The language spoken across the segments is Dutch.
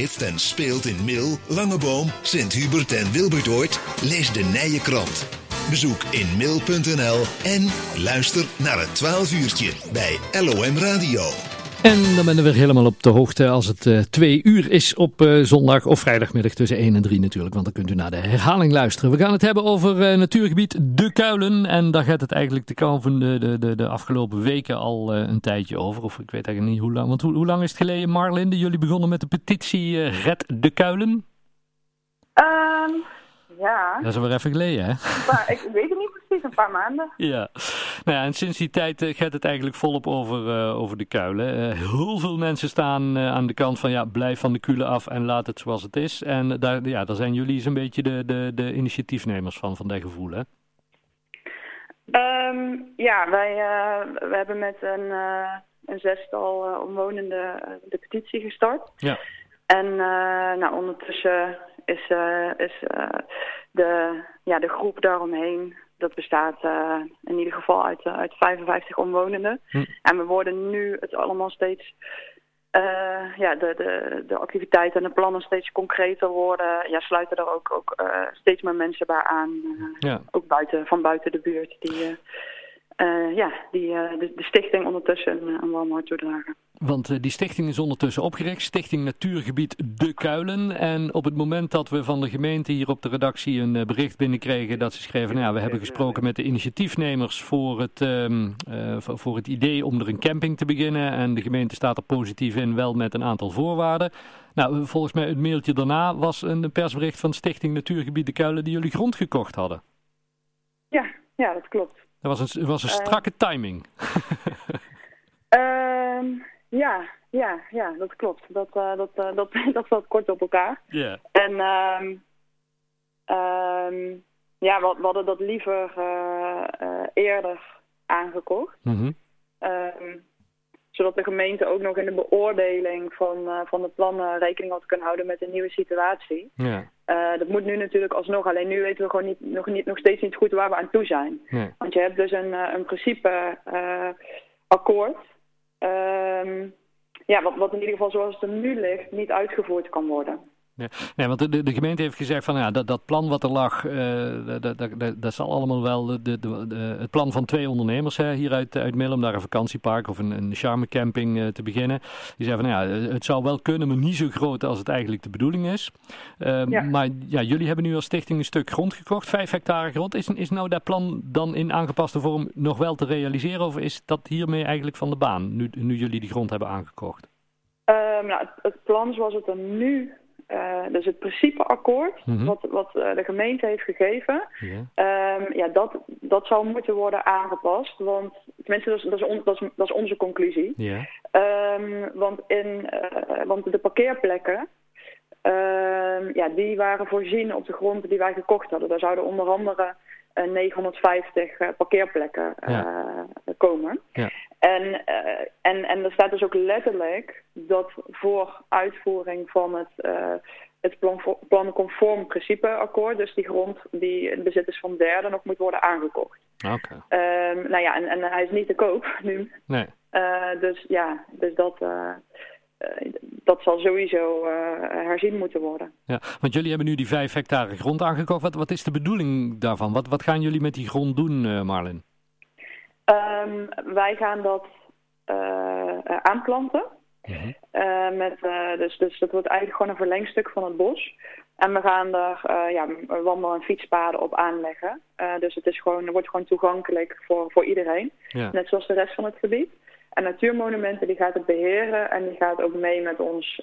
leeft en speelt in Mil, Langeboom, Sint-Hubert en Wilbertoord? Lees de Nije Krant. Bezoek inmil.nl en luister naar het 12 uurtje bij LOM Radio. En dan ben je weer helemaal op de hoogte als het 2 uur is op zondag of vrijdagmiddag tussen 1 en 3 natuurlijk. Want dan kunt u naar de herhaling luisteren. We gaan het hebben over natuurgebied De Kuilen. En daar gaat het eigenlijk de afgelopen weken al een tijdje over. Of ik weet eigenlijk niet hoe lang. Want hoe lang is het geleden, Marlinde? Jullie begonnen met de petitie Red De Kuilen? Ja. Dat is alweer even geleden, hè? Maar ik weet het niet precies, een paar maanden. Ja. Nou ja, en sinds die tijd gaat het eigenlijk volop over de kuilen. Heel veel mensen staan aan de kant van, ja, blijf van de kuilen af en laat het zoals het is. En daar zijn jullie zo'n beetje de initiatiefnemers van dat gevoel, hè? Ja, wij hebben met een zestal omwonenden de petitie gestart. Ja. En ondertussen is de groep daaromheen, dat bestaat in ieder geval uit 55 omwonenden. En we worden nu het allemaal steeds, de activiteiten en de plannen steeds concreter worden. Ja, sluiten er ook steeds meer mensen bij aan, ook van buiten de buurt, die de stichting ondertussen een warm hart toedragen. Want die stichting is ondertussen opgericht, Stichting Natuurgebied De Kuilen. En op het moment dat we van de gemeente hier op de redactie een bericht binnenkregen dat ze schreven, we hebben gesproken met de initiatiefnemers voor het idee om er een camping te beginnen. En de gemeente staat er positief in, wel met een aantal voorwaarden. Nou, volgens mij het mailtje daarna was een persbericht van Stichting Natuurgebied De Kuilen die jullie grond gekocht hadden. Ja, dat klopt. Dat was een strakke timing. Ja, dat klopt. Dat zat kort op elkaar. Yeah. En we hadden dat liever eerder aangekocht. Mm-hmm. Zodat de gemeente ook nog in de beoordeling van de plannen rekening had kunnen houden met een nieuwe situatie. Yeah. Dat moet nu natuurlijk alsnog. Alleen nu weten we gewoon nog steeds niet goed waar we aan toe zijn. Yeah. Want je hebt dus een principe akkoord. Wat in ieder geval zoals het er nu ligt niet uitgevoerd kan worden. Ja. Nee, want de gemeente heeft gezegd van dat plan wat er lag, dat zal allemaal wel het plan van 2 ondernemers hier uit Mil om daar een vakantiepark of een charmecamping te beginnen. Die zeiden van het zou wel kunnen, maar niet zo groot als het eigenlijk de bedoeling is. Maar jullie hebben nu als stichting een stuk grond gekocht, 5 hectare grond. Is nou dat plan dan in aangepaste vorm nog wel te realiseren of is dat hiermee eigenlijk van de baan, nu jullie die grond hebben aangekocht? Het plan zoals het er nu... dus het principeakkoord, wat de gemeente heeft gegeven, dat zou moeten worden aangepast. Want, tenminste, dat is onze conclusie. Yeah. Want de parkeerplekken, die waren voorzien op de grond die wij gekocht hadden. Daar zouden onder andere 950 parkeerplekken komen. Yeah. En er staat dus ook letterlijk dat voor uitvoering van het planconform principeakkoord, dus die grond die in bezit is van derden, nog moet worden aangekocht. Okay. En hij is niet te koop nu. Nee. Dus dat zal sowieso herzien moeten worden. Ja, want jullie hebben nu die 5 hectare grond aangekocht. Wat is de bedoeling daarvan? Wat gaan jullie met die grond doen, Marlin? Wij gaan dat aanplanten. Dus dat wordt eigenlijk gewoon een verlengstuk van het bos. En we gaan daar wandel- en fietspaden op aanleggen. Dus het wordt gewoon toegankelijk voor iedereen. Ja. Net zoals de rest van het gebied. En Natuurmonumenten die gaat het beheren en die gaat ook mee met ons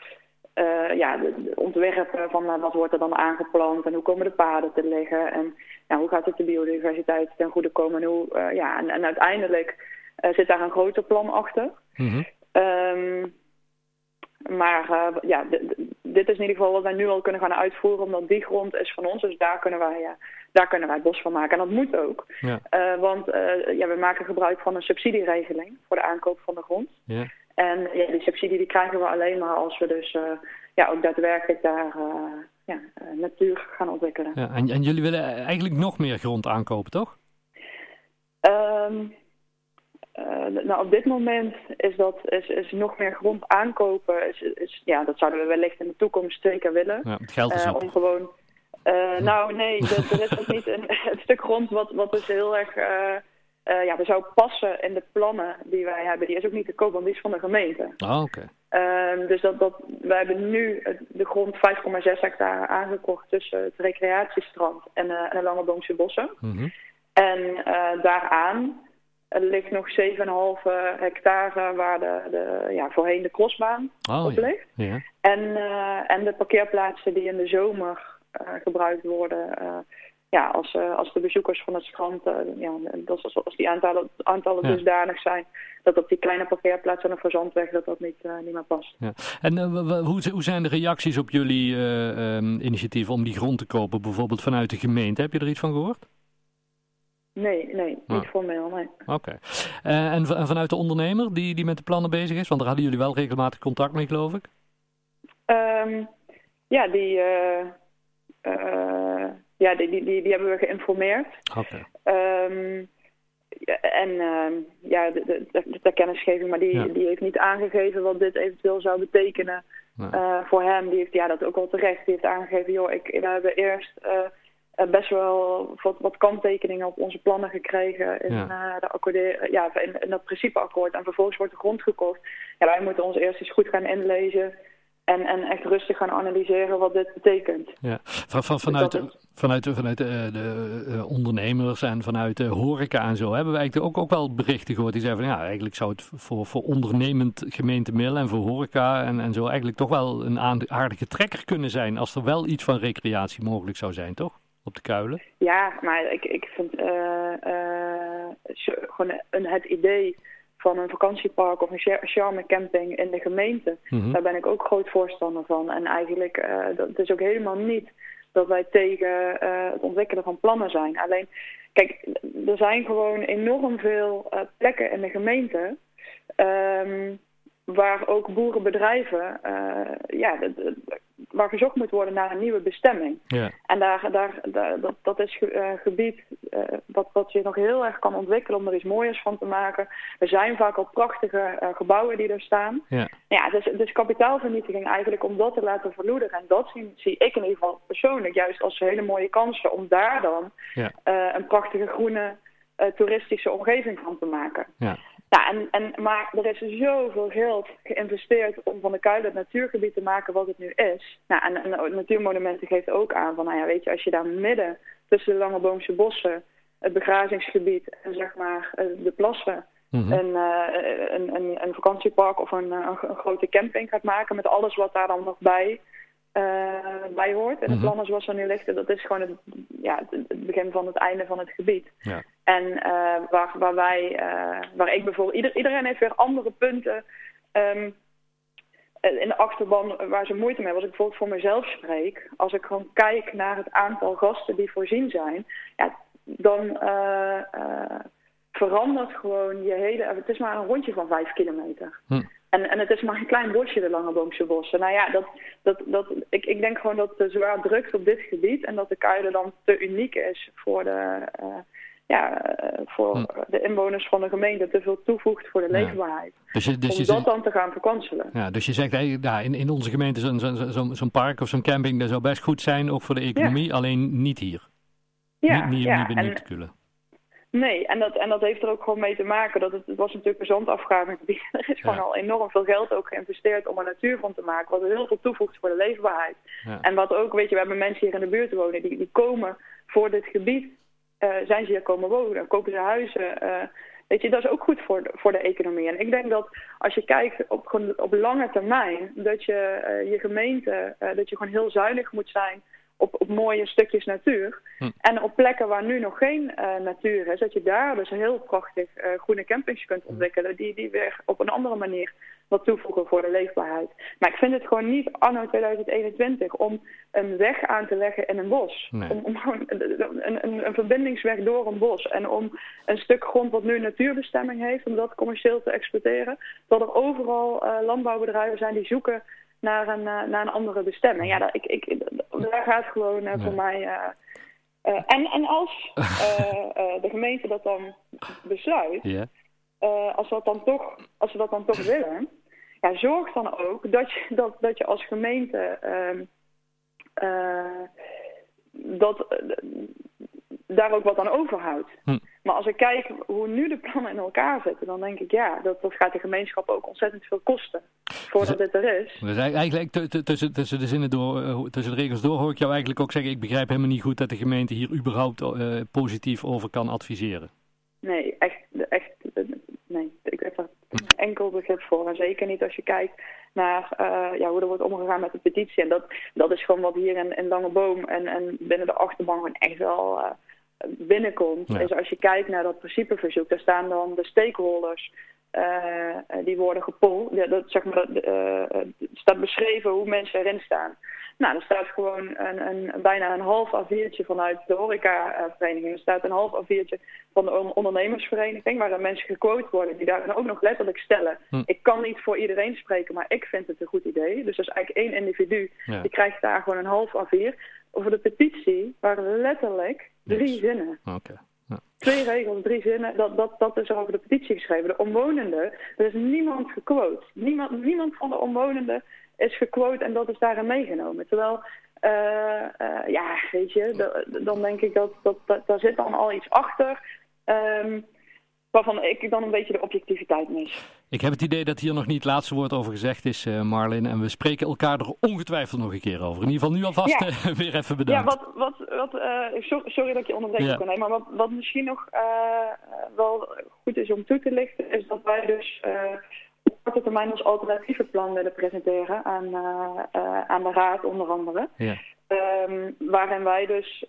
ontwerpen van wat wordt er dan aangeplant en hoe komen de paden te liggen en hoe gaat het de biodiversiteit ten goede komen en uiteindelijk zit daar een groter plan achter. Mm-hmm. Dit is in ieder geval wat wij nu al kunnen gaan uitvoeren, omdat die grond is van ons, dus daar kunnen wij het bos van maken. En dat moet ook, want we maken gebruik van een subsidieregeling voor de aankoop van de grond. Ja. En die subsidie die krijgen we alleen maar als we dus ook daadwerkelijk daar natuur gaan ontwikkelen. Ja, en jullie willen eigenlijk nog meer grond aankopen, toch? op dit moment is nog meer grond aankopen. Dat zouden we wellicht in de toekomst zeker willen. Ja, het geld is op. Om gewoon... er is ook niet een stuk grond wat dus heel erg... er zou passen in de plannen die wij hebben. Die is ook niet te koop, want die is van de gemeente. Oh, oké. Dus wij hebben nu de grond 5,6 hectare aangekocht tussen het recreatiestrand en de Langeboomse bossen. Mm-hmm. En daaraan ligt nog 7,5 hectare waar voorheen de crossbaan op ligt. Ja. En de parkeerplaatsen die in de zomer gebruikt worden... als de bezoekers van het strand, als die aantallen dusdanig zijn, dat op die kleine parkeerplaatsen en de verzandweg dat niet meer past. Ja. En hoe zijn de reacties op jullie initiatief om die grond te kopen, bijvoorbeeld vanuit de gemeente? Heb je er iets van gehoord? Nee, niet formeel, nee. Oké. En vanuit de ondernemer die met de plannen bezig is? Want daar hadden jullie wel regelmatig contact mee, geloof ik? Die hebben we geïnformeerd. Okay. De kennisgeving, maar die heeft niet aangegeven wat dit eventueel zou betekenen voor hem. Die heeft dat ook wel terecht. Die heeft aangegeven, we hebben eerst best wel wat kanttekeningen op onze plannen gekregen in dat principeakkoord. En vervolgens wordt de grond gekocht. Ja, wij moeten ons eerst eens goed gaan inlezen. En echt rustig gaan analyseren wat dit betekent. Ja, vanuit de ondernemers en vanuit de horeca en zo hebben we eigenlijk ook wel berichten gehoord die zeiden van eigenlijk zou het voor ondernemend gemeente Mil en voor horeca en zo eigenlijk toch wel een aardige trekker kunnen zijn als er wel iets van recreatie mogelijk zou zijn, toch? Op de Kuilen. Ja, maar ik vind gewoon het idee van een vakantiepark of een charmecamping in de gemeente. Mm-hmm. Daar ben ik ook groot voorstander van. En eigenlijk, dat is ook helemaal niet dat wij tegen het ontwikkelen van plannen zijn. Alleen, kijk, er zijn gewoon enorm veel plekken in de gemeente waar ook boerenbedrijven, waar gezocht moet worden naar een nieuwe bestemming. Yeah. En dat is gebied wat je nog heel erg kan ontwikkelen om er iets mooiers van te maken. Er zijn vaak al prachtige gebouwen die er staan. Yeah. Ja, het is kapitaalvernietiging eigenlijk om dat te laten verloederen. En dat zie ik in ieder geval persoonlijk juist als hele mooie kansen om daar dan een prachtige groene toeristische omgeving van te maken. Yeah. Maar er is zoveel geld geïnvesteerd om van de Kuilen het natuurgebied te maken wat het nu is. En Natuurmonumenten geeft ook aan van, als je daar midden tussen de Langeboomse bossen, het begrazingsgebied en zeg maar de plassen, mm-hmm. een vakantiepark of een grote camping gaat maken met alles wat daar dan nog bij hoort. En de plannen zoals ze nu liggen, dat is gewoon het begin van het einde van het gebied. Ja. En waar ik bijvoorbeeld... Iedereen heeft weer andere punten in de achterban waar ze moeite mee hebben. Als ik bijvoorbeeld voor mezelf spreek, als ik gewoon kijk naar het aantal gasten die voorzien zijn, dan verandert gewoon je hele... Het is maar een rondje van 5 kilometer. En het is maar een klein bosje, de Langeboomse bossen. Ik denk gewoon dat het zwaar drukt op dit gebied en dat de Kuilen dan te uniek is voor de inwoners van de gemeente, te veel toevoegt voor de leefbaarheid. Dus om dat dan te gaan verkanselen. Ja, dus je zegt, in onze gemeente zo'n park of zo'n camping, dat zou best goed zijn, ook voor de economie, alleen niet hier. Ja, niet te Kulen. Nee, en dat heeft er ook gewoon mee te maken dat het was natuurlijk een zandafgravingsgebied. Er is gewoon al enorm veel geld ook geïnvesteerd om er natuur van te maken, wat er heel veel toevoegt voor de leefbaarheid. Ja. En wat ook, we hebben mensen hier in de buurt wonen, die komen voor dit gebied, zijn ze hier komen wonen, kopen ze huizen. Dat is ook goed voor de economie. En ik denk dat als je kijkt op lange termijn, dat je gemeente, dat je gewoon heel zuinig moet zijn op mooie stukjes natuur. En op plekken waar nu nog geen natuur is, dat je daar dus heel prachtig groene campings kunt ontwikkelen, die weer op een andere manier wat toevoegen voor de leefbaarheid. Maar ik vind het gewoon niet anno 2021 om een weg aan te leggen in een bos. Nee. Om gewoon een verbindingsweg door een bos. En om een stuk grond wat nu een natuurbestemming heeft, om dat commercieel te exploiteren. Dat er overal landbouwbedrijven zijn die zoeken naar een andere bestemming. Ja, daar gaat gewoon voor mij... En als de gemeente dat dan besluit... Yeah. als we dat dan toch willen, ja, zorg dan ook dat je als gemeente daar ook wat aan overhoudt. Maar als ik kijk hoe nu de plannen in elkaar zitten, dan denk ik, ja, dat gaat de gemeenschap ook ontzettend veel kosten voordat dit er is. Dus eigenlijk tussen de zinnen door, tussen de regels door hoor ik jou eigenlijk ook zeggen, ik begrijp helemaal niet goed dat de gemeente hier überhaupt positief over kan adviseren. Nee, echt nee. Ik heb er enkel begrip voor. En zeker niet als je kijkt naar hoe er wordt omgegaan met de petitie. En dat is gewoon wat hier in Langeboom en binnen de achterban gewoon echt wel binnenkomt. Ja. Is als je kijkt naar dat principeverzoek, daar staan dan de stakeholders, die worden gepold. Ja, dat, zeg maar, staat beschreven hoe mensen erin staan. Nou, er staat gewoon bijna een half A4'tje vanuit de horecavereniging. Er staat een half A4'tje van de ondernemersvereniging, waarin mensen gequote worden die daar dan ook nog letterlijk stellen. Ik kan niet voor iedereen spreken, maar ik vind het een goed idee. Dus dat is eigenlijk 1 individu. Ja. Die krijgt daar gewoon een half A4. Over de petitie waren letterlijk 3 zinnen. Okay. Ja. 2 regels, 3 zinnen, dat is over de petitie geschreven. De omwonenden, er is niemand gequote. Niemand van de omwonenden is gequote en dat is daarin meegenomen. Terwijl, weet je, dan denk ik dat daar zit dan al iets achter, waarvan ik dan een beetje de objectiviteit mis. Ik heb het idee dat hier nog niet het laatste woord over gezegd is, Marlin. En we spreken elkaar er ongetwijfeld nog een keer over. In ieder geval nu alvast weer even bedankt. Ja, sorry dat ik je onderbreek kon nemen. Maar wat misschien nog wel goed is om toe te lichten, is dat wij dus op korte termijn ons alternatieve plan willen presenteren aan de Raad onder andere. Ja. Waarin wij dus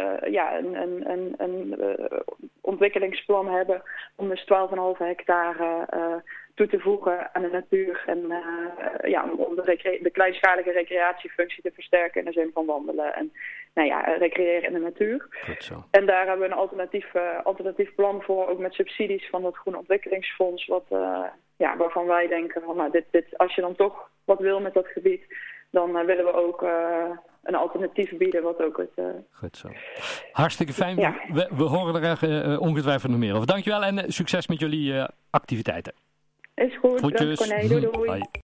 een ontwikkelingsplan hebben om dus 12,5 hectare toe te voegen aan de natuur en om de kleinschalige recreatiefunctie te versterken in de zin van wandelen en recreëren in de natuur. Goed zo. En daar hebben we een alternatief plan voor, ook met subsidies van het Groen Ontwikkelingsfonds, waarvan wij denken van dit, als je dan toch wat wil met dat gebied, dan willen we ook een alternatief bieden wat ook het... Goed zo. Hartstikke fijn. Ja. We horen er ongetwijfeld nog meer over. Dankjewel en succes met jullie activiteiten. Is goed. Bedankt, Corné. Doei. Bye.